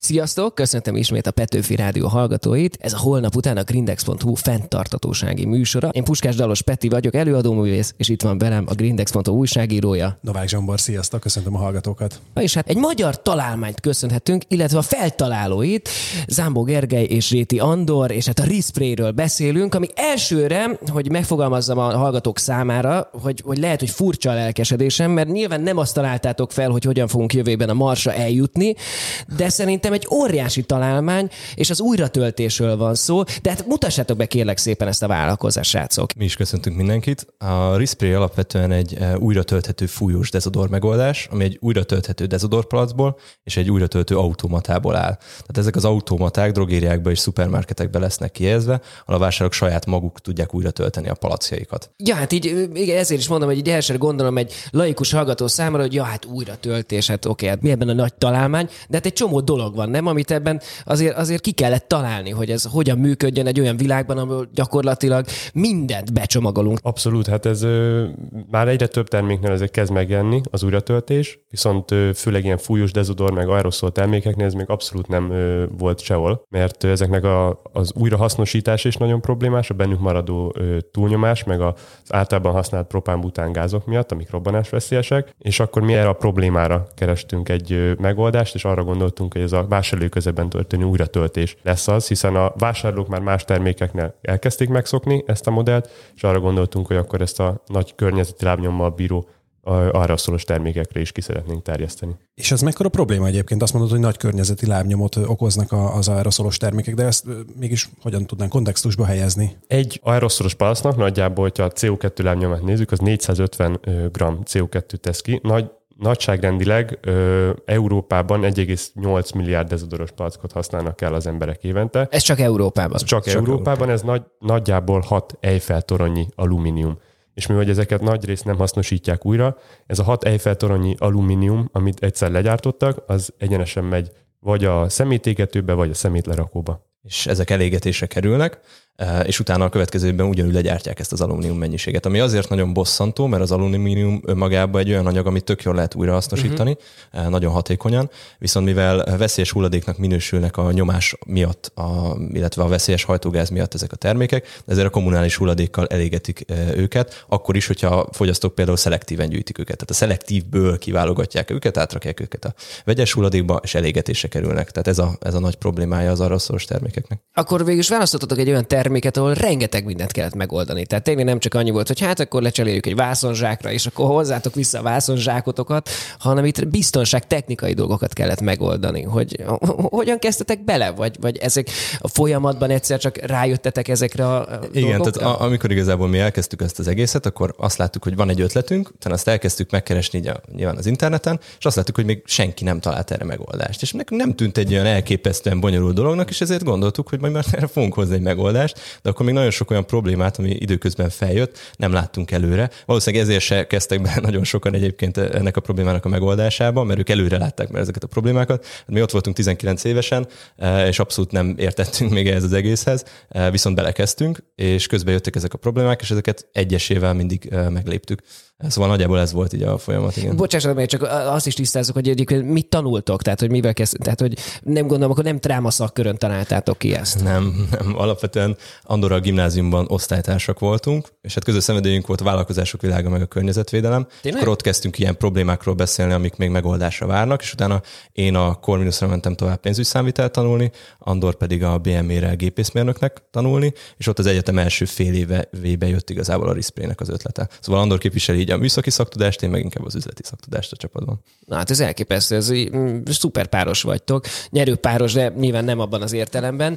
Sziasztok! Köszöntöm ismét a Petőfi Rádió hallgatóit. Ez a Holnap után a Grindex.hu fenntarthatósági műsora. Én Puskás Dalos Peti vagyok, előadóművész, és itt van velem a Grindex.hu újságírója. Novák Zsombor, sziasztok! Köszöntöm a hallgatókat. És hát egy magyar találmányt köszönhetünk, illetve a feltalálóit, Zámbó Gergely és Réti Andor, és hát a Resprayről beszélünk, ami elsőre, hogy megfogalmazzam a hallgatók számára, hogy lehet, hogy furcsa a lelkesedésem, mert nyilván nem azt találtátok fel, hogy hogyan fogunk jövőben a Marsra eljutni, de szerintem egy óriási találmány, és az újratöltésről van szó, de hát mutassátok be kérlek szépen ezt a vállalkozást, srácok. Mi is köszöntünk mindenkit. A Respray alapvetően egy újratölthető fújós dezodor megoldás, ami egy újratölthető dezodorpalacból és egy újratöltő automatából áll. Tehát ezek az automaták drogériákba és szupermarketekbe lesznek kihelyezve, ahol a vásárlók saját maguk tudják újratölteni a palacjaikat. Ja, hát így ezért is mondom, hogy így elsőre gondolom egy laikus hallgató számára, hogy ja, hát újratöltés, hát oké, hát mi ebben a nagy találmány, de hát egy csomó dolog van, nem? Amit ebben azért ki kellett találni, hogy ez hogyan működjön egy olyan világban, ahol gyakorlatilag mindent becsomagolunk. Abszolút, hát ez már egyre több terméknél ezek kezd megjelenni, az újratöltés, viszont főleg ilyen fújós dezodor, meg aeroszol termékeknél ez még abszolút nem volt sehol, mert ezeknek az újrahasznosítás is nagyon problémás, a bennük maradó túlnyomás, meg az általában használt propán-bután gázok miatt, amik robbanásveszélyesek, és akkor mi erre a problémára kerestünk egy megoldást, és arra gondoltunk, hogy ez a vásárlói közeben történő újratöltés lesz az, hiszen a vásárlók már más termékeknél elkezdték megszokni ezt a modellt, és arra gondoltunk, hogy akkor ezt a nagy környezeti lábnyommal bíró aeroszolós termékekre is ki szeretnénk terjeszteni. És ez mekkora probléma egyébként? Azt mondod, hogy nagy környezeti lábnyomot okoznak az aeroszolos termékek, de ezt mégis hogyan tudnánk kontextusba helyezni? Egy aeroszolos palacnak nagyjából, hogyha a CO2 lábnyomát nézzük, az 450 g CO2 tesz ki. Nagyságrendileg Európában 1,8 milliárd dezodoros palackot használnak el az emberek évente. Ez csak Európában? Csak Európában, ez nagyjából 6 Eiffel-toronnyi alumínium. És mivel ezeket nagy részt nem hasznosítják újra, ez a 6 Eiffel-toronnyi alumínium, amit egyszer legyártottak, az egyenesen megy vagy a szemétégetőbe, vagy a szemétlerakóba. És ezek elégetésre kerülnek, és utána a következő évben ugyanúgy legyártják ezt az alumínium mennyiséget, ami azért nagyon bosszantó, mert az alumínium önmagában egy olyan anyag, amit tök jól lehet újrahasznosítani, nagyon hatékonyan, viszont mivel veszélyes hulladéknak minősülnek a nyomás miatt, illetve a veszélyes hajtógáz miatt ezek a termékek, ezért a kommunális hulladékkal elégetik őket, akkor is, hogyha a fogyasztók például szelektíven gyűjtik őket. Tehát a szelektívből kiválogatják őket, átrakják őket a vegyes hulladékba, és elégetésre kerülnek. Tehát ez a nagy problémája az aeroszolós termékeknek. Akkor végül is választottatok egy olyan terméket, ahol rengeteg mindent kellett megoldani. Tehát tényleg nem csak annyi volt, hogy hát akkor lecseréljük egy vászonzsákra, és akkor hozzátok vissza a vászonzsákotokat, hanem itt biztonság technikai dolgokat kellett megoldani. Hogy hogyan kezdtetek bele? Vagy ezek a folyamatban egyszer csak rájöttetek ezekre a Igen, dolgokra? tehát amikor igazából mi elkezdtük ezt az egészet, akkor azt láttuk, hogy van egy ötletünk, utána azt elkezdtük megkeresni nyilván az interneten, és azt láttuk, hogy még senki nem talált erre megoldást. És nekünk nem tűnt egy olyan elképesztően bonyolult dolognak, és ezért gondoltuk, hogy majd már erre fogunk hozni egy megoldást, de akkor még nagyon sok olyan problémát, ami időközben feljött, nem láttunk előre. Valószínűleg ezért se kezdtek be nagyon sokan egyébként ennek a problémának a megoldásában, mert ők előre látták már ezeket a problémákat. Mi ott voltunk 19 évesen, és abszolút nem értettünk még ehhez az egészhez, viszont belekezdtünk, és közben jöttek ezek a problémák, és ezeket egyesével mindig megléptük. Szóval nagyjából ez volt így a folyamat, igen. Bocsássatok meg, csak azt is tisztázzuk, hogy egyébként mit tanultok, tehát hogy mivel kezdtek, tehát hogy nem gondolom, akkor nem dráma szakkörön találtátok ki ezt. Nem, alapvetően Andorra gimnáziumban osztálytársak voltunk, és hát közös szenvedélyünk volt a vállalkozások világa meg a környezetvédelem. És akkor ott kezdtünk ilyen problémákról beszélni, amik még megoldásra várnak, és utána én a Corvinusra mentem tovább pénzügyszámvitelt tanulni, Andor pedig a BME-re gépészmérnöknek tanulni, és ott az egyetem első fél éve jött igazából a Respraynek az ötlete. Szóval Andor képviseli a műszaki szaktudást, én meg inkább az üzleti szaktudást a csapatban. Na hát ez elképesztő, ez szuper páros vagytok, nyerőpáros, de nyilván nem abban az értelemben.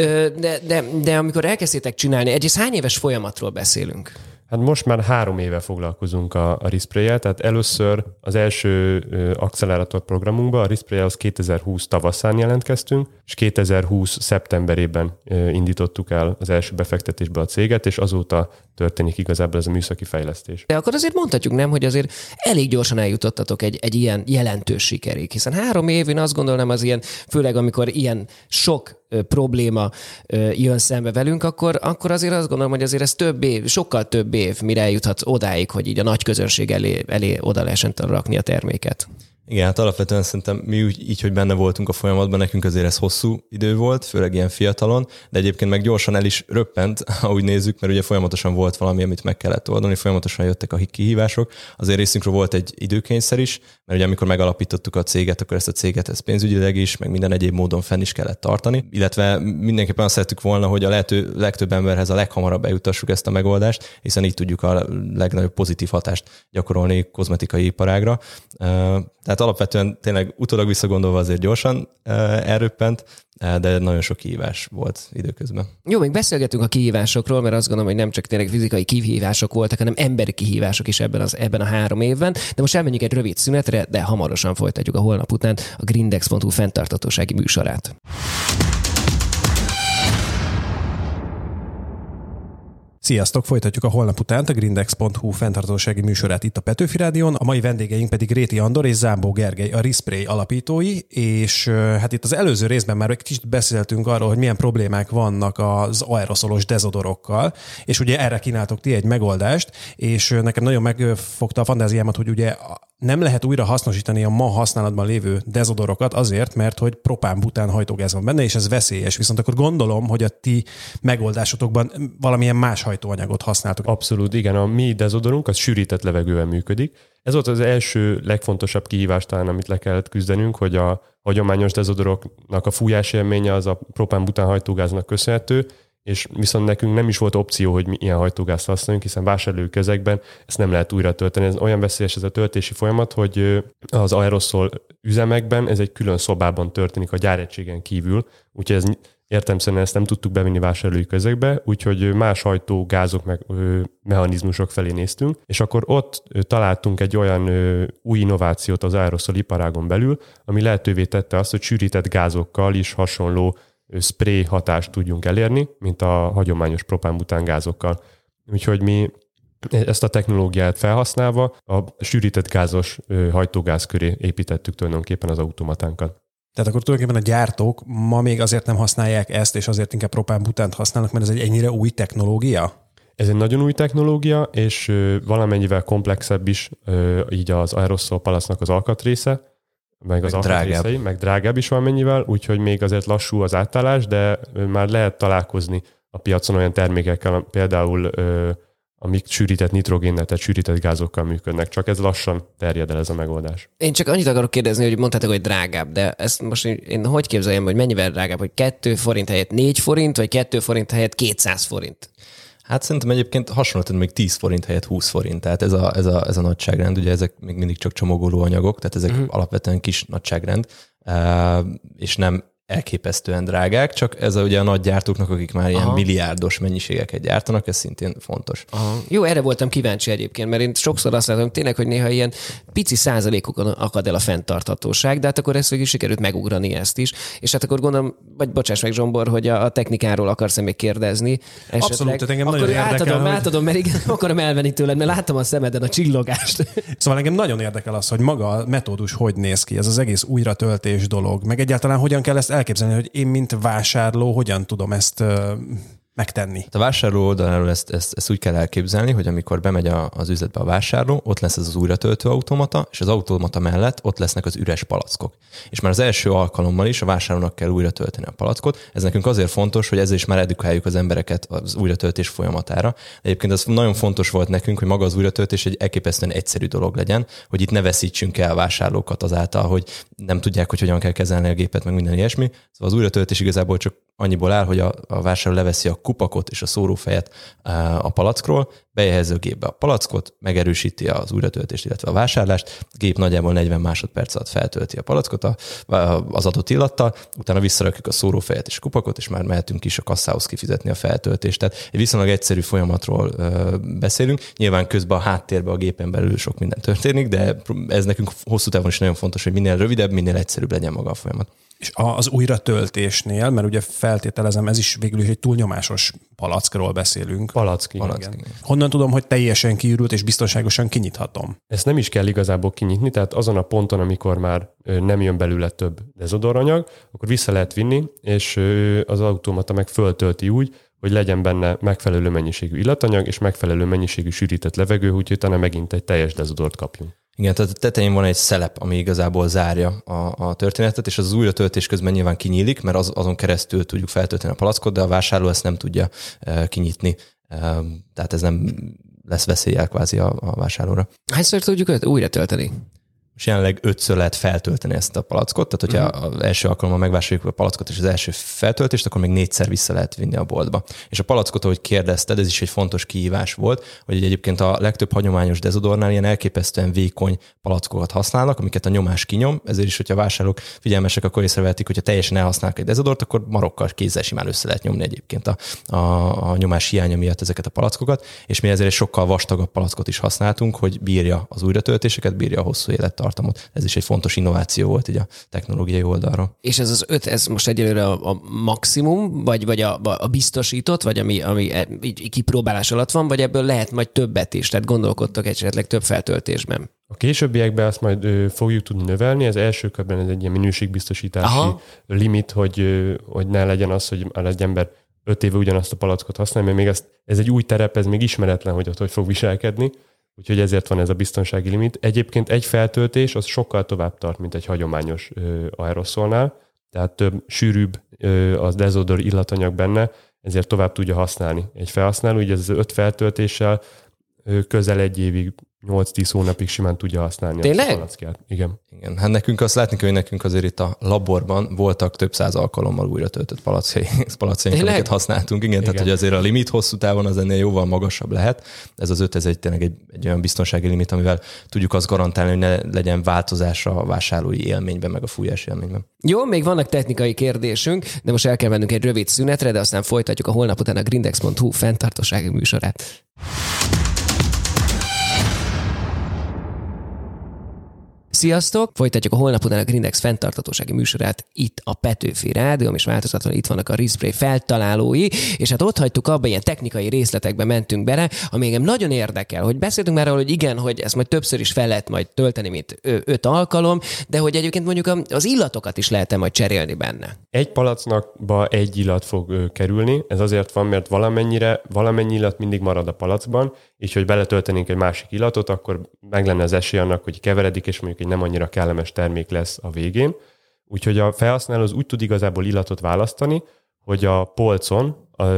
De amikor elkezdtétek csinálni, egyrészt hány éves folyamatról beszélünk? Hát most már 3 éve foglalkozunk a Resprayel, tehát először az első accelerátor programunkban, a Resprayelhoz 2020 tavaszán jelentkeztünk, és 2020 szeptemberében indítottuk el az első befektetésbe a céget, és azóta történik igazából ez a műszaki fejlesztés. De akkor azért mondhatjuk, nem, hogy azért elég gyorsan eljutottatok egy ilyen jelentős sikerig, hiszen 3 év, én azt gondolom, az ilyen, főleg amikor ilyen sok probléma jön szembe velünk, akkor azért azt gondolom, hogy azért ez sokkal több év, mire eljuthatsz odáig, hogy így a nagy közönség elé oda lehessen rakni a terméket. Igen, hát alapvetően szerintem mi így, hogy benne voltunk a folyamatban, nekünk azért ez hosszú idő volt, főleg ilyen fiatalon, de egyébként meg gyorsan el is röppent, ha úgy nézzük, mert ugye folyamatosan volt valami, amit meg kellett oldani, folyamatosan jöttek a kihívások. Azért részünkről volt egy időkényszer is, mert ugye amikor megalapítottuk a céget, akkor ezt a céget ez pénzügyileg is, meg minden egyéb módon fenn is kellett tartani, illetve mindenképpen azt szerettük volna, hogy a lehető legtöbb emberhez a leghamarabb eljutassuk ezt a megoldást, hiszen így tudjuk a legnagyobb pozitív hatást gyakorolni kozmetikai iparágra. Tehát alapvetően tényleg utólag visszagondolva azért gyorsan elröppent, de nagyon sok kihívás volt időközben. Jó, még beszélgetünk a kihívásokról, mert azt gondolom, hogy nem csak tényleg fizikai kihívások voltak, hanem emberi kihívások is ebben a 3 évben. De most elmenjünk egy rövid szünetre, de hamarosan folytatjuk a holnap után a Grindex.hu fenntarthatósági műsorát. Sziasztok! Folytatjuk a holnap után a Grindex.hu fenntarthatósági műsorát itt a Petőfi Rádión. A mai vendégeink pedig Réti Andor és Zámbó Gergely, a Respray alapítói, és hát itt az előző részben már egy kicsit beszéltünk arról, hogy milyen problémák vannak az aeroszolos dezodorokkal, és ugye erre kínáltok ti egy megoldást, és nekem nagyon megfogta a fantáziámat, hogy ugye nem lehet újra hasznosítani a ma használatban lévő dezodorokat azért, mert hogy propán-bután hajtógáz van benne, és ez veszélyes. Viszont akkor gondolom, hogy a ti megoldásotokban valamilyen más hajtóanyagot használtok. Abszolút, igen. A mi dezodorunk az sűrített levegővel működik. Ez volt az első legfontosabb kihívás talán, amit le kellett küzdenünk, hogy a hagyományos dezodoroknak a fújás élménye az a propán-bután hajtógáznak köszönhető, és viszont nekünk nem is volt opció, hogy mi ilyen hajtógázt használjunk, hiszen vásárlóközegben ezt nem lehet újra tölteni. Ez olyan veszélyes ez a töltési folyamat, hogy az aeroszol üzemekben ez egy külön szobában történik a gyáregységen kívül, úgyhogy ez értelemszerűen ezt nem tudtuk bevinni vásárlói közegbe, úgyhogy más hajtógázok meg mechanizmusok felé néztünk, és akkor ott találtunk egy olyan új innovációt az aeroszol iparágon belül, ami lehetővé tette azt, hogy sűrített gázokkal is hasonló spray hatást tudjunk elérni, mint a hagyományos propán-bután gázokkal. Úgyhogy mi ezt a technológiát felhasználva a sűrített gázos hajtógáz köré építettük tulajdonképpen az automatánkat. Tehát akkor tulajdonképpen a gyártók ma még azért nem használják ezt, és azért inkább propán-butánt használnak, mert ez egy ennyire új technológia? Ez egy nagyon új technológia, és valamennyivel komplexebb is így az aeroszol palacnak az alkatrésze, meg az alkatrészei, meg drágább is valamennyivel, úgyhogy még azért lassú az átállás, de már lehet találkozni a piacon olyan termékekkel, például amik sűrített nitrogénnel, tehát sűrített gázokkal működnek, csak ez lassan terjed el ez a megoldás. Én csak annyit akarok kérdezni, hogy mondtátok, hogy drágább, de ezt most én hogy képzeljem, hogy mennyivel drágább, hogy 2 forint helyett 4 forint, vagy 2 forint helyett 200 forint? Hát szerintem egyébként hasonlóan még 10 forint helyett 20 forint, tehát ez a nagyságrend, ugye ezek még mindig csak csomagoló anyagok, tehát ezek alapvetően kis nagyságrend, és nem elképesztően drágák, csak ez ugye a nagy gyártóknak, akik már ilyen milliárdos mennyiségeket gyártanak, ez szintén fontos. Aha. Jó, erre voltam kíváncsi egyébként, mert én sokszor azt látom, tényleg, hogy néha ilyen pici százalékokon akad el a fenntarthatóság, de hát akkor ezt végül sikerült megugrani ezt is. És hát akkor gondolom, vagy bocsáss meg Zsombor, hogy a technikáról akarsz még kérdezni. Esetleg. Abszolút, tehát engem akkor nagyon érdekel. átadom, mert igen, akarom elvenni tőled, mert láttam a szemeden a csillogást. Szóval engem nagyon érdekel az, hogy maga a metódus hogy néz ki, ez az egész újratöltés dolog, meg egyáltalán hogyan kell ezt elképzelni, hogy én, mint vásárló, hogyan tudom ezt megtenni. A vásárló oldaláról ezt úgy kell elképzelni, hogy amikor bemegy az üzletbe a vásárló, ott lesz ez az újratöltő automata, és az automata mellett ott lesznek az üres palackok. És már az első alkalommal is a vásárlónak kell újra tölteni a palackot. Ez nekünk azért fontos, hogy ezzel is már edukáljuk az embereket az újratöltés folyamatára. Egyébként ez nagyon fontos volt nekünk, hogy maga az újratöltés egy elképesztően egyszerű dolog legyen, hogy itt ne veszítsünk el vásárlókat azáltal, hogy nem tudják, hogy hogyan kell kezelni a gépet, meg minden ilyesmi. Szóval az újratöltés igazából csak annyiból áll, hogy a vásárló leveszi a kupakot és a szórófejet a palackról, bejehezi a gépbe a palackot, megerősíti az újratöltést, illetve a vásárlást, a gép nagyjából 40 másodperc alatt feltölti a palackot az adott illattal, utána visszarakjuk a szórófejet és a kupakot, és már mehetünk is a kasszához kifizetni a feltöltést. Tehát egy viszonylag egyszerű folyamatról beszélünk. Nyilván közben a háttérben a gépen belül sok minden történik, de ez nekünk hosszú távon is nagyon fontos, hogy minél rövidebb, minél egyszerűbb legyen maga a folyamat. És az újratöltésnél, mert ugye feltételezem, ez is végül is egy túlnyomásos palackról beszélünk. Palack. Honnan tudom, hogy teljesen kiürült és biztonságosan kinyithatom? Ezt nem is kell igazából kinyitni, tehát azon a ponton, amikor már nem jön belőle több dezodoranyag, akkor vissza lehet vinni, és az automata meg föltölti úgy, hogy legyen benne megfelelő mennyiségű illatanyag és megfelelő mennyiségű sűrített levegő, úgyhogy utána megint egy teljes dezodort kapjunk. Igen, tehát a tetején van egy szelep, ami igazából zárja a történetet, és az újratöltés közben nyilván kinyílik, mert azon keresztül tudjuk feltölteni a palackot, de a vásárló ezt nem tudja kinyitni. Tehát ez nem lesz veszéllyel kvázi a vásárlóra. Hányszor tudjuk újra tölteni? És jelenleg 5-ször lehet feltölteni ezt a palackot, tehát hogyha az első alkalommal megvásároljuk a palackot és az első feltöltést, akkor még 4-szer vissza lehet vinni a boltba. És a palackot, ahogy kérdezted, ez is egy fontos kihívás volt, hogy egyébként a legtöbb hagyományos dezodornál ilyen elképesztően vékony palackokat használnak, amiket a nyomás kinyom, ezért is, hogyha a vásárlók figyelmesek, akkor észrevehetik, hogyha teljesen elhasználnak egy dezodort, akkor marokkal, kézzel simán össze lehet nyomni egyébként a nyomás hiánya miatt ezeket a palackokat, és mi ezért egy sokkal vastagabb palackot is használtunk, hogy bírja az újratöltéseket, bírja a hosszú élettartamot. Ez is egy fontos innováció volt így a technológiai oldalról. És ez az 5, ez most egyelőre a maximum, vagy a biztosított, vagy ami így kipróbálás alatt van, vagy ebből lehet majd többet is, tehát gondolkodtak esetleg több feltöltésben? A későbbiekben azt majd fogjuk tudni növelni, az első körben ez egy ilyen minőségbiztosítási limit, hogy ne legyen az, hogy egy ember 5 éve ugyanazt a palackot használja, mert még ez egy új terep, ez még ismeretlen, hogy ott hogy fog viselkedni. Úgyhogy ezért van ez a biztonsági limit. Egyébként egy feltöltés az sokkal tovább tart, mint egy hagyományos aeroszolnál, tehát több sűrűbb az dezodor illatanyag benne, ezért tovább tudja használni egy felhasználó. Ugye ez az 5 feltöltéssel közel 1 évig, 8-10 hónapig simán tudja használni. Tényleg? A palackját. Igen. Hát nekünk azt látni kell, hogy nekünk azért itt a laborban voltak több száz alkalommal újra töltött palacjaink, amiket használtunk. Igen, tehát hogy azért a limit hosszú távon az ennél jóval magasabb lehet. Ez az 5, ez tényleg egy olyan biztonsági limit, amivel tudjuk azt garantálni, hogy ne legyen változás a vásárlói élményben, meg a fújás élményben. Jó, még vannak technikai kérdésünk, de most el kell mennünk egy rövid szünetre, de aztán folytatjuk a holnap után a grindex.hu fenntartósági műsorát. Sziasztok! Folytatjuk a holnap után a Grindex fenntarthatósági műsorát itt a Petőfi Rádión, és változatlanul itt vannak a Respray feltalálói, és hát ott hagytuk abba, ilyen technikai részletekbe mentünk bele, ami engem nagyon érdekel, hogy beszéltünk már arról, hogy igen, hogy ezt majd többször is fel lehet majd tölteni, mint 5 alkalom, de hogy egyébként mondjuk az illatokat is lehet majd cserélni benne. Egy palackba egy illat fog kerülni, ez azért van, mert valamennyi illat mindig marad a palackban, így hogy beletöltenénk egy másik illatot, akkor meg lenne az esély annak, hogy keveredik, és mondjuk egy nem annyira kellemes termék lesz a végén. Úgyhogy a felhasználó az úgy tud igazából illatot választani, hogy a polcon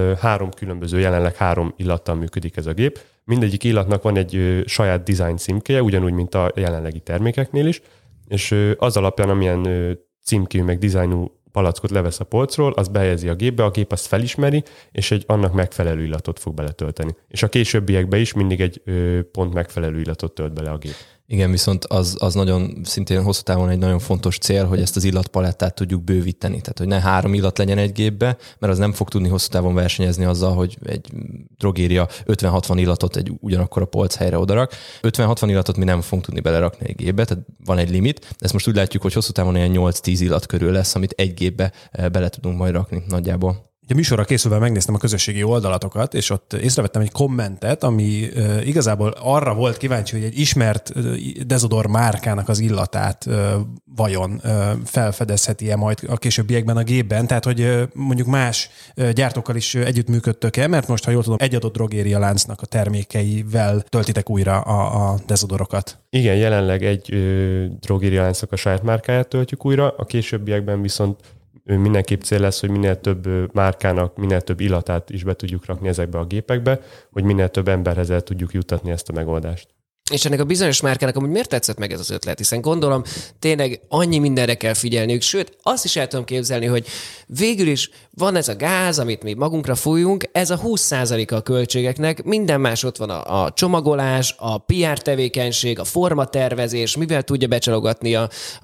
3 különböző, jelenleg 3 illattal működik ez a gép. Mindegyik illatnak van egy saját design címkéje, ugyanúgy, mint a jelenlegi termékeknél is, és az alapján, amilyen címkéjű meg dizájnú palackot levesz a polcról, azt behelyezi a gépbe, a gép azt felismeri, és annak megfelelő illatot fog beletölteni. És a későbbiekben is mindig egy pont megfelelő illatot tölt bele a gép. Igen, viszont az nagyon szintén hosszú távon egy nagyon fontos cél, hogy ezt az illatpalettát tudjuk bővíteni. Tehát, hogy ne 3 illat legyen egy gépbe, mert az nem fog tudni hosszú távon versenyezni azzal, hogy egy drogéria 50-60 illatot egy ugyanakkor a polc helyre odarak. 50-60 illatot mi nem fogunk tudni belerakni egy gépbe, tehát van egy limit. Ezt most úgy látjuk, hogy hosszú távon ilyen 8-10 illat körül lesz, amit egy gépbe bele tudunk majd rakni nagyjából. A műsorra készülve megnéztem a közösségi oldalatokat, és ott észrevettem egy kommentet, ami igazából arra volt kíváncsi, hogy egy ismert dezodor márkának az illatát vajon felfedezheti-e majd a későbbiekben a gépben, tehát hogy mondjuk más gyártókkal is együttműködtök-e, mert most, ha jól tudom, egy adott drogéria láncnak a termékeivel töltitek újra a dezodorokat. Igen, jelenleg egy drogéria láncnak a saját márkáját töltjük újra, a későbbiekben viszont mindenképp cél lesz, hogy minél több márkának, minél több illatát is be tudjuk rakni ezekbe a gépekbe, hogy minél több emberhez el tudjuk juttatni ezt a megoldást. És ennek a bizonyos márkának amúgy miért tetszett meg ez az ötlet? Hiszen gondolom, tényleg annyi mindenre kell figyelniük, sőt, azt is el tudom képzelni, hogy végül is van ez a gáz, amit mi magunkra fújunk, ez a 20%-a a költségeknek, minden más ott van a csomagolás, a PR tevékenység, a formatervezés, mivel tudja becsalogatni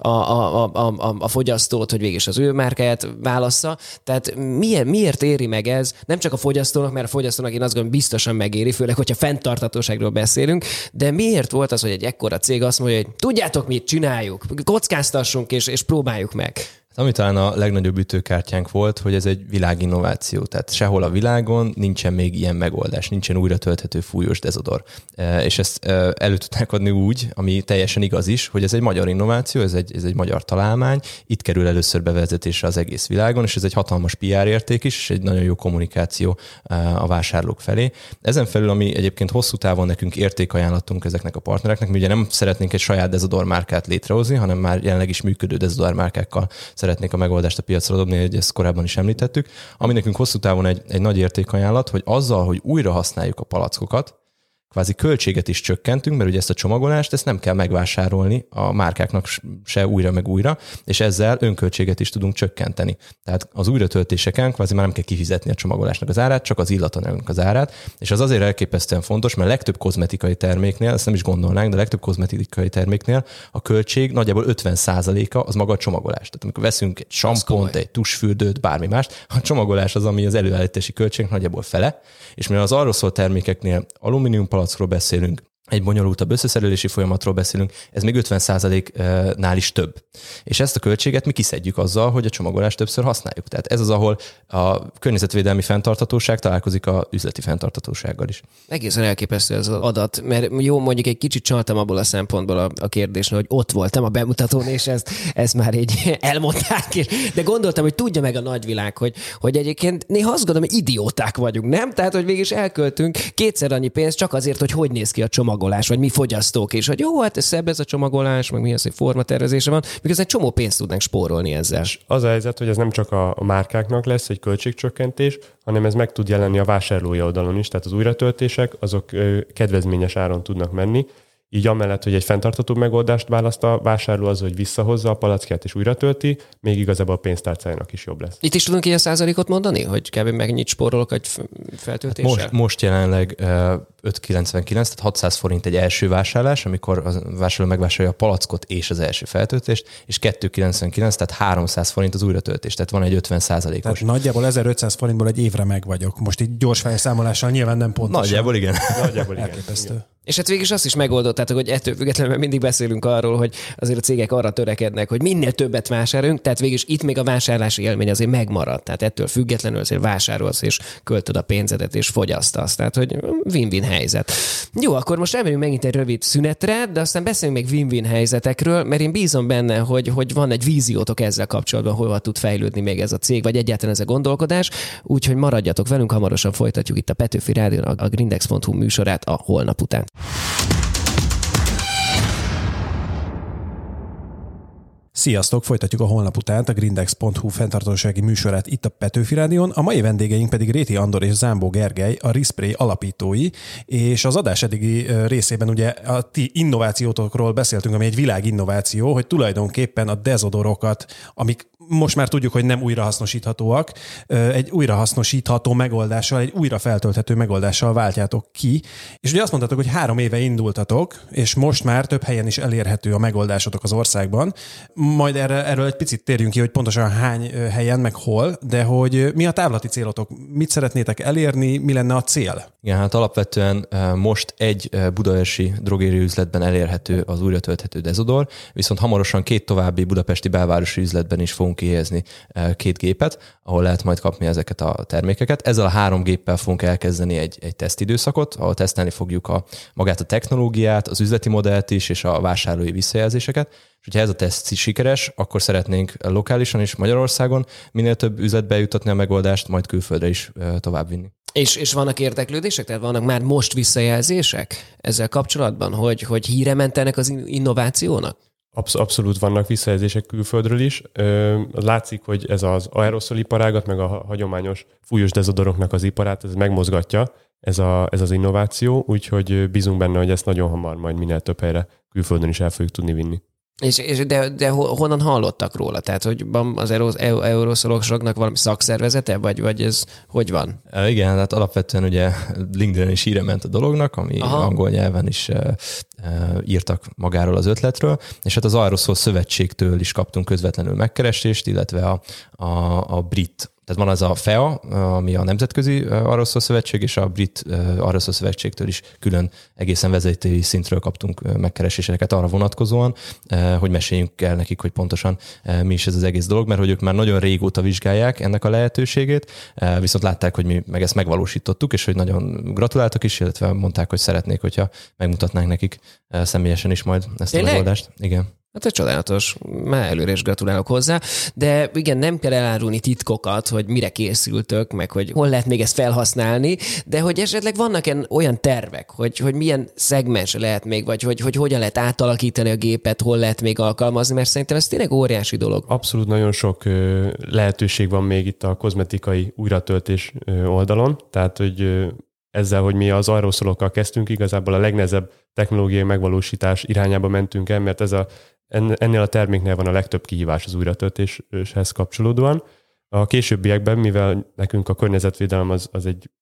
a fogyasztót, hogy végig is az ő márkáját válassza. Tehát miért éri meg ez? Nem csak a fogyasztónak, mert a fogyasztónak én azt gondolom biztosan megéri, főleg, hogyha fenntarthatóságról beszélünk, de miért volt az, hogy egy ekkora cég azt mondja, hogy tudjátok mit, csináljuk, kockáztassunk és próbáljuk meg? Ami talán a legnagyobb ütőkártyánk volt, hogy ez egy világinnováció. Tehát sehol a világon nincsen még ilyen megoldás, nincsen újra tölthető fújós dezodor. És ezt elő tudták adni úgy, ami teljesen igaz is, hogy ez egy magyar innováció, ez egy magyar találmány, itt kerül először bevezetésre az egész világon, és ez egy hatalmas PR érték is, és egy nagyon jó kommunikáció a vásárlók felé. Ezen felül, ami egyébként hosszú távon nekünk értékajánlatunk ezeknek a partnereknek, mi ugye nem szeretnénk egy saját dezodor márkát létrehozni, hanem már jelenleg is működő dezodor márkákkal szeretnék a megoldást a piacra dobni, hogy ezt korábban is említettük. Ami nekünk hosszú távon egy nagy értékajánlat, hogy azzal, hogy újra használjuk a palackokat, kvázi költséget is csökkentünk, mert ugye ezt a csomagolást, ezt nem kell megvásárolni a márkáknak se újra meg újra, és ezzel önköltséget is tudunk csökkenteni. Tehát az újratöltéseken kvázi már nem kell kifizetni a csomagolásnak az árát, csak az illatanyagnak az árát, és az azért elképesztően fontos, mert legtöbb kozmetikai terméknél, ezt nem is gondolnánk, de legtöbb kozmetikai terméknél a költség nagyjából 50%-a az maga a csomagolás. Tehát amikor veszünk egy sampont, egy tusfürdőt, bármi mást, a csomagolás az, ami az előállítási költség nagyjából fele, és mivel az arról szólt termékeknél alumínium palackról beszélünk, egy bonyolultabb összeszerelési folyamatról beszélünk, ez még 50%-nál is több. És ezt a költséget mi kiszedjük azzal, hogy a csomagolást többször használjuk. Tehát ez az, ahol a környezetvédelmi fenntarthatóság találkozik a üzleti fenntarthatósággal is. Egészen elképesztő ez az adat, mert jó, mondjuk egy kicsit csaltam abból a szempontból a kérdésnél, hogy ott voltam a bemutatón, és ezt már így elmondták, de gondoltam, hogy tudja meg a nagyvilág, hogy egyébként néha azt gondolom, hogy idióták vagyunk, nem? Tehát, hogy végig is elköltünk kétszer annyi pénzt csak azért, hogy néz ki a csomagolás, vagy mi fogyasztók, és hogy jó, hát ez szebb ez a csomagolás, meg mi az, hogy formatervezése van, miközben egy csomó pénzt tudnánk spórolni ezzel. Az a helyzet, hogy ez nem csak a márkáknak lesz egy költségcsökkentés, hanem ez meg tud jelenni a vásárlói oldalon is, tehát az újratöltések azok kedvezményes áron tudnak menni. Így amellett, hogy egy fenntartható megoldást választ a vásárló, az, hogy visszahozza a palackját és újra tölti, még igazából a pénztárcájának is jobb lesz. Itt is tudunk ilyen százalékot mondani, hogy kb. Megnyit spórolok egy feltöltéssel? Most jelenleg 5,99, tehát 600 forint egy első vásárlás, amikor a vásárló megvásárolja a palackot és az első feltöltést, és 2,99, tehát 300 forint az újratöltés, tehát van egy 50%-os. Tehát nagyjából 1500 forintból egy évre meg vagyok. Most így gyors felszámolással nyilván nem pontosan. Nagyjából igen. Elképesztő. És hát végig is azt is megoldottátok, hogy ettől függetlenül mindig beszélünk arról, hogy azért a cégek arra törekednek, hogy minél többet vásároljunk, tehát végig is itt még a vásárlási élmény azért megmarad. Tehát ettől függetlenül azért vásárolsz és költöd a pénzedet és fogyasztasz. Tehát, hogy win-win helyzet. Jó, akkor most elmegyünk megint egy rövid szünetre, de aztán beszélünk még win-win helyzetekről, mert én bízom benne, hogy van egy víziótok ezzel kapcsolatban, hova tud fejlődni még ez a cég, vagy egyáltalán ez a gondolkodás. Úgyhogy maradjatok velünk, hamarosan folytatjuk itt a Petőfi Rádión a Grindex.hu műsorát a holnap után. Sziasztok! Folytatjuk a holnap után a Grindex.hu fenntartósági műsorát itt a Petőfi Rádión. A mai vendégeink pedig Réti Andor és Zámbó Gergely, a Respray alapítói, és az adás eddigi részében ugye a ti innovációtokról beszéltünk, ami egy világinnováció, hogy tulajdonképpen a dezodorokat, amik most már tudjuk, hogy nem újrahasznosíthatóak, egy újrahasznosítható megoldással, egy újra feltölthető megoldással váltjátok ki. És ugye azt mondtátok, hogy 3 éve indultatok, és most már több helyen is elérhető a megoldásotok az országban. Majd erről egy picit térjünk ki, hogy pontosan hány helyen, meg hol, de hogy mi a távlati célotok? Mit szeretnétek elérni, mi lenne a cél? Igen, hát alapvetően most egy budaörsi drogériaüzletben elérhető az újratölthető dezodor, viszont hamarosan 2 további budapesti belvárosi üzletben is fogunk kihelyezni 2 gépet, ahol lehet majd kapni ezeket a termékeket. Ezzel a 3 géppel fogunk elkezdeni egy tesztidőszakot, ahol tesztelni fogjuk magát a technológiát, az üzleti modellt is, és a vásárlói visszajelzéseket. És hogyha ez a teszt sikeres, akkor szeretnénk lokálisan és Magyarországon minél több üzletbe jutatni a megoldást, majd külföldre is továbbvinni. És vannak érdeklődések? Tehát vannak már most visszajelzések ezzel kapcsolatban, hogy híre mentenek az innovációnak? Abszolút vannak visszajelzések külföldről is. Látszik, hogy ez az aeroszoliparágat, meg a hagyományos fújós dezodoroknak az iparát, ez megmozgatja, ez az innováció, úgyhogy bízunk benne, hogy ezt nagyon hamar majd minél több helyre külföldön is el fogjuk tudni vinni. De honnan hallottak róla? Tehát, hogy van az aeroszoloknak valami szakszervezete, vagy ez hogy van? Igen, hát alapvetően ugye LinkedIn is híre ment a dolognak, ami angol nyelven is írtak magáról az ötletről, és hát az Aeroszol Szövetségtől is kaptunk közvetlenül megkeresést, illetve a brit Tehát van az a FEA, ami a Nemzetközi Arroszó Szövetség, és a Brit Arroszó Szövetségtől is külön egészen vezetői szintről kaptunk megkereséseket arra vonatkozóan, hogy meséljünk el nekik, hogy pontosan mi is ez az egész dolog, mert hogy ők már nagyon régóta vizsgálják ennek a lehetőségét, viszont látták, hogy mi meg ezt megvalósítottuk, és hogy nagyon gratuláltak is, illetve mondták, hogy szeretnék, hogyha megmutatnánk nekik személyesen is majd ezt a megoldást. Igen. Hát ez csodálatos, már előre is gratulálok hozzá, de igen, nem kell elárulni titkokat, hogy mire készültök, meg hogy hol lehet még ezt felhasználni, de hogy esetleg vannak olyan tervek, hogy milyen szegmens lehet még, vagy hogy hogyan lehet átalakítani a gépet, hol lehet még alkalmazni, mert szerintem ez tényleg óriási dolog. Abszolút nagyon sok lehetőség van még itt a kozmetikai újratöltés oldalon, tehát hogy ezzel, hogy mi az aeroszolokkal kezdtünk, igazából a legnehezebb technológiai megvalósítás irányába mentünk el, mert ennél a terméknél van a legtöbb kihívás az újratöltéshez kapcsolódóan. A későbbiekben, mivel nekünk a környezetvédelem az egy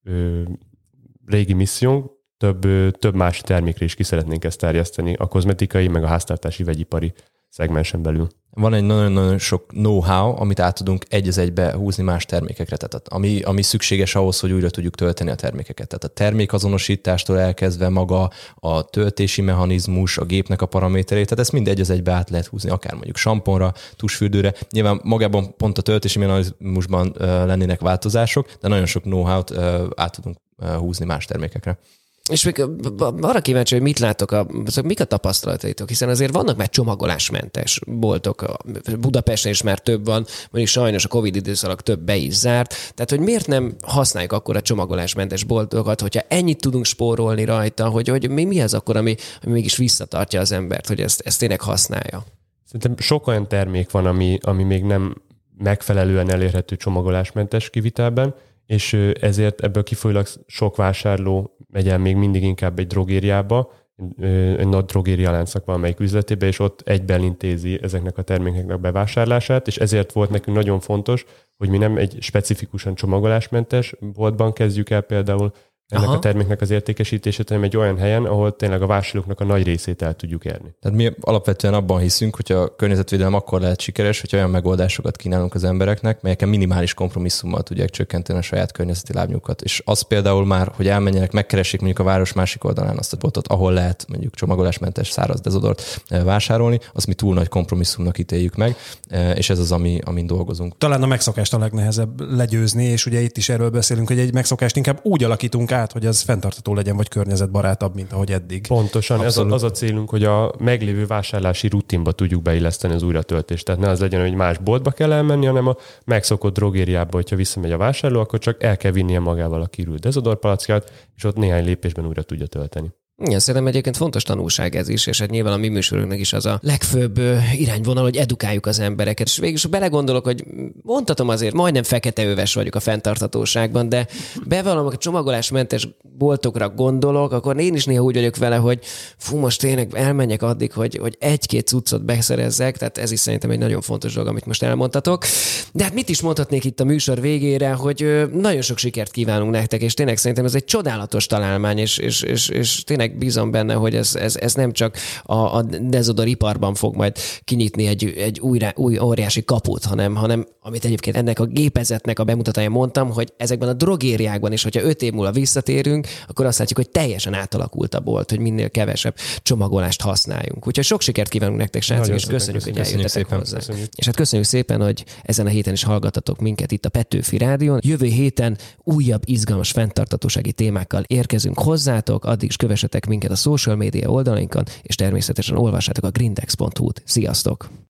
régi missziónk, több más termékre is ki szeretnénk ezt terjeszteni, a kozmetikai, meg a háztartási vegyipari szegmensen belül. Van egy nagyon-nagyon sok know-how, amit át tudunk egy az egybe húzni más termékekre, tehát ami szükséges ahhoz, hogy újra tudjuk tölteni a termékeket. Tehát a termékazonosítástól elkezdve maga a töltési mechanizmus, a gépnek a paraméterei, tehát ezt mind egy az egybe át lehet húzni, akár mondjuk samponra, tusfürdőre. Nyilván magában pont a töltési mechanizmusban lennének változások, de nagyon sok know-how-t át tudunk húzni más termékekre. És még arra kíváncsi, hogy mit látok, mik a tapasztalataitok, hiszen azért vannak már csomagolásmentes boltok, Budapesten is már több van, mondjuk sajnos a Covid időszak több be is zárt, tehát hogy miért nem használjuk akkor a csomagolásmentes boltokat, hogyha ennyit tudunk spórolni rajta, hogy mi az akkor, ami mégis visszatartja az embert, hogy ezt tényleg használja? Szerintem sok olyan termék van, ami még nem megfelelően elérhető csomagolásmentes kivitelben, és ezért ebből kifolyólag sok vásárló megy el még mindig inkább egy drogériába, egy nagy drogérialáncnak valamelyik üzletébe, és ott egyben intézi ezeknek a termékeknek a bevásárlását, és ezért volt nekünk nagyon fontos, hogy mi nem egy specifikusan csomagolásmentes boltban kezdjük el például ennek a terméknek az értékesítését, hanem egy olyan helyen, ahol tényleg a vásárlóknak a nagy részét el tudjuk érni. Tehát mi alapvetően abban hiszünk, hogy a környezetvédelem akkor lehet sikeres, hogy olyan megoldásokat kínálunk az embereknek, melyeken minimális kompromisszummal tudják csökkenteni a saját környezeti lábnyukat. És az például már, hogy elmenjenek, megkeressék mondjuk a város másik oldalán azt a boltot, ahol lehet mondjuk csomagolásmentes száraz dezodort vásárolni, azt mi túl nagy kompromisszumnak ítéljük meg, és ez az, amin dolgozunk. Talán a megszokást a legnehezebb legyőzni, és ugye itt is erről beszélünk, hogy egy megszokást inkább úgy alakítunk át, hogy az fenntartható legyen, vagy környezetbarátabb, mint ahogy eddig. Pontosan, ez az a célunk, hogy a meglévő vásárlási rutinba tudjuk beilleszteni az újratöltést. Tehát ne az legyen, hogy más boltba kell elmenni, hanem a megszokott drogériába, hogyha visszamegy a vásárló, akkor csak el kell vinnie magával a kirült dezodorpalackját, és ott néhány lépésben újra tudja tölteni. Igen, szerintem egyébként fontos tanulság ez is, és hát nyilván a mi műsorunknak is az a legfőbb irányvonal, hogy edukáljuk az embereket. És végül is belegondolok, hogy mondhatom azért, majdnem feketeöves vagyok a fenntarthatóságban, de bevallom, hogy csomagolásmentes boltokra gondolok, akkor én is néha úgy vagyok vele, hogy most tényleg elmenjek addig, hogy egy-két cuccot beszerezzek, tehát ez is szerintem egy nagyon fontos dolog, amit most elmondhatok. De hát mit is mondhatnék itt a műsor végére, hogy nagyon sok sikert kívánunk nektek, és tényleg szerintem ez egy csodálatos találmány, és tényleg bízom benne, hogy ez nem csak a dezodoriparban fog majd kinyitni egy új óriási kaput, hanem amit egyébként ennek a gépezetnek a bemutatóján mondtam, hogy ezekben a drogériákban is, hogyha 5 év múlva visszatérünk, akkor azt látjuk, hogy teljesen átalakult a bolt, hogy minél kevesebb csomagolást használjunk. Úgyhogy sok sikert kívánunk nektek, srácok, és köszönjük, hogy eljöttetek hozzá. És hát köszönjük szépen, hogy ezen a héten is hallgattatok minket itt a Petőfi Rádión. Jövő héten újabb izgalmas fenntarthatósági témákkal érkezünk hozzátok, addig is kövessetek minket a social media oldalainkon, és természetesen olvassátok a grindex.hu-t. Sziasztok!